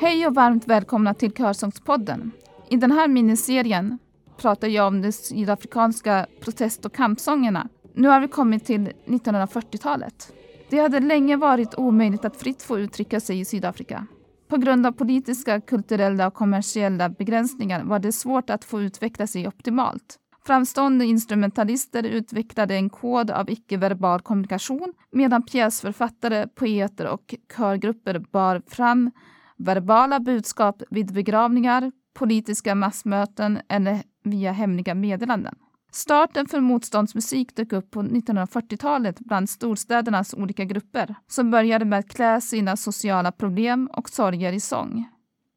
Hej och varmt välkomna till Körsångspodden. I den här miniserien pratar jag om de sydafrikanska protest- och kampsångerna. Nu har vi kommit till 1940-talet. Det hade länge varit omöjligt att fritt få uttrycka sig i Sydafrika. På grund av politiska, kulturella och kommersiella begränsningar var det svårt att få utveckla sig optimalt. Framstående instrumentalister utvecklade en kod av icke-verbal kommunikation medan pjäsförfattare, poeter och körgrupper bar fram verbala budskap vid begravningar, politiska massmöten eller via hemliga meddelanden. Starten för motståndsmusik dök upp på 1940-talet bland storstädernas olika grupper som började med att klä sina sociala problem och sorger i sång.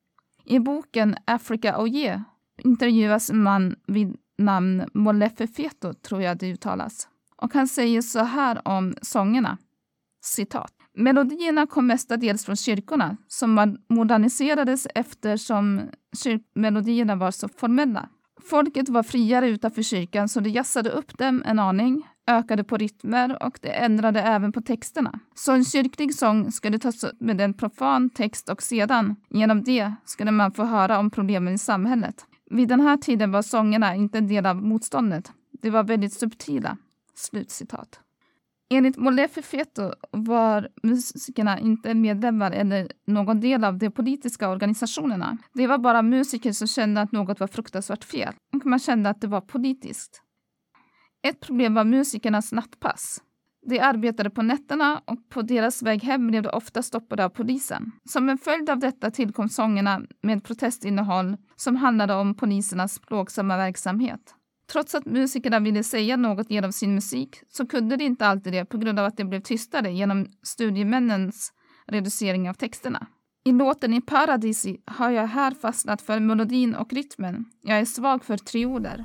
I boken Africa Oye intervjuas en man vid namn Molefe Feto, tror jag det uttalas. Och han säger så här om sångerna, citat. Melodierna kom mestadels från kyrkorna som moderniserades eftersom kyrkmelodierna var så formella. Folket var friare utanför kyrkan så det jassade upp dem en aning, ökade på rytmer och det ändrade även på texterna. Så en kyrklig sång skulle tas upp med en profan text och sedan, genom det, skulle man få höra om problemen i samhället. Vid den här tiden var sångerna inte en del av motståndet. Det var väldigt subtila. Slutcitat. Enligt Molefe Feto var musikerna inte medlemmar eller någon del av de politiska organisationerna. Det var bara musiker som kände att något var fruktansvärt fel. Och man kände att det var politiskt. Ett problem var musikernas nattpass. De arbetade på nätterna och på deras väg hem blev de ofta stoppade av polisen. Som en följd av detta tillkom sångerna med protestinnehåll som handlade om polisernas plågsamma verksamhet. Trots att musikerna ville säga något genom sin musik så kunde de inte alltid det på grund av att det blev tystare genom studiemännens reducering av texterna. I låten I Paradisi har jag här fastnat för melodin och rytmen. Jag är svag för trioler.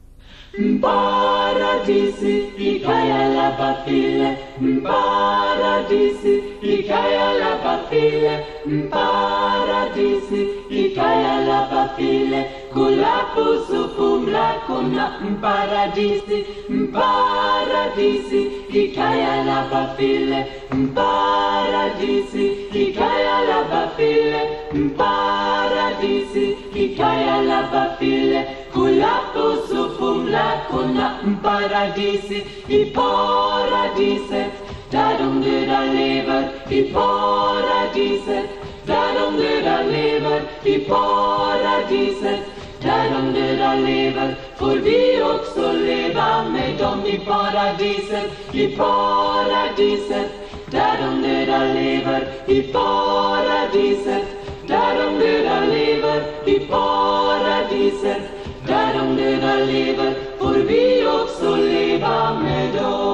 Paradisi, ikaya la bafile. Paradisi, ikaya la bafile. Paradisi, ikaya la bafile. Kulapu supumla kuna. Paradisi, paradisi, ikaya la bafile. Paradisi, ikaya la bafile. Paradisi, ikaya la bafile. Kulapu supumla kuna. Paradisi, I paradiset där de döda lever. I paradiset där de döda lever. I paradiset där de döda lever. Får vi också leva med dem i paradiset. I paradiset där de döda lever. I paradiset där de döda lever. I paradiset där de döda lever. Får vi också leva med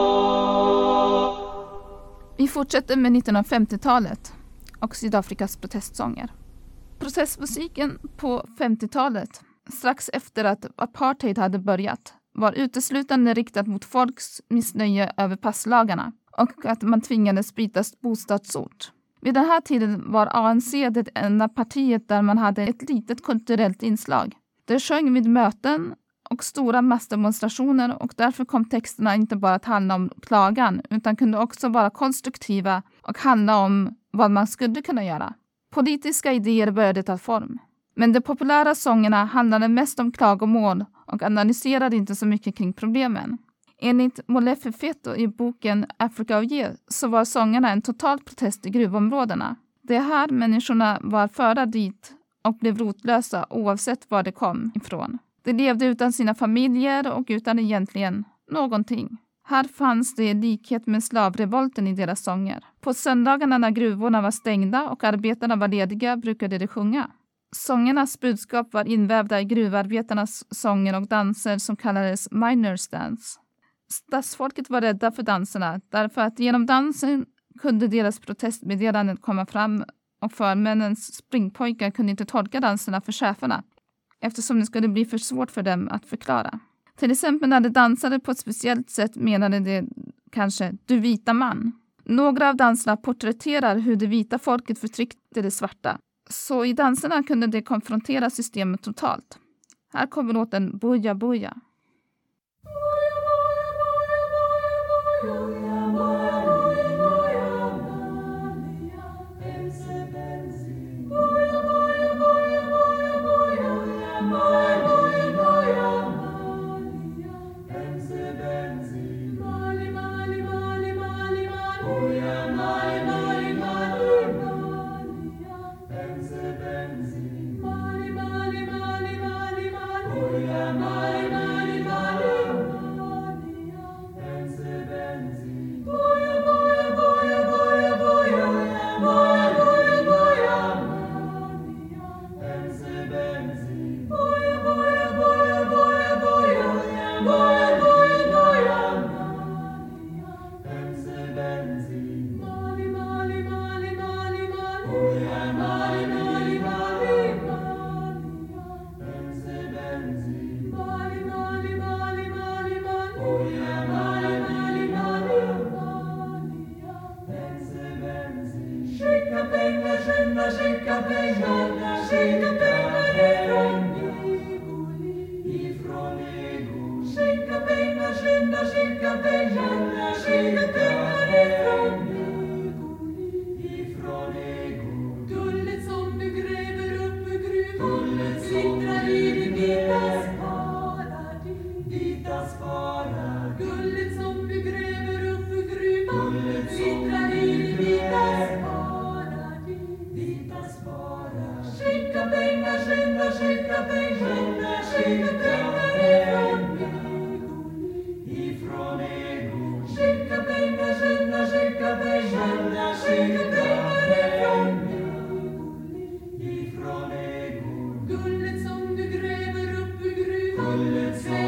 dem. Vi fortsätter med 1950-talet och Sydafrikas protestsånger. Protestmusiken på 50-talet, strax efter att apartheid hade börjat, var uteslutande riktad mot folks missnöje över passlagarna och att man tvingades byta bostadsort. Vid den här tiden var ANC det enda partiet där man hade ett litet kulturellt inslag. Det sjöng vid möten och stora massdemonstrationer och därför kom texterna inte bara att handla om klagan utan kunde också vara konstruktiva och handla om vad man skulle kunna göra. Politiska idéer började ta form. Men de populära sångerna handlade mest om klagomål och analyserade inte så mycket kring problemen. Enligt Molefe Feto i boken Africa Oye så var sångerna en total protest i gruvområdena. Det här människorna var förda dit och blev rotlösa oavsett var de kom ifrån. De levde utan sina familjer och utan egentligen någonting. Här fanns det likhet med slavrevolten i deras sånger. På söndagarna när gruvorna var stängda och arbetarna var lediga brukade de sjunga. Sångernas budskap var invävda i gruvarbetarnas sånger och danser som kallades miners dance. Stadsfolket var rädda för danserna därför att genom dansen kunde deras protestmeddelanden komma fram och förmännens springpojkar kunde inte tolka danserna för cheferna eftersom det skulle bli för svårt för dem att förklara. Till exempel när de dansade på ett speciellt sätt menade de kanske du vita man. Några av danserna porträtterar hur det vita folket förtryckte det svarta. Så i danserna kunde de konfrontera systemet totalt. Här kommer låten Boja Boja. Boja skynda, skicka pengar, skicka pengar ifrån Ego. Skicka pengar, skynda, skicka pengar, skicka pengar ifrån Ego. Guldet som du gräver upp ur gruvan glittrar i din vitas paradis. Guldet som du gräver upp ur gruvan glittrar i din vitas paradis. Skicka pengar, skynda, skicka pengar, skicka pengar ifrån Ego. Skicka pengar, skynda, skicka pengar, skicka pengar ifrån Ego. Guldet som du gräver upp ur gruvan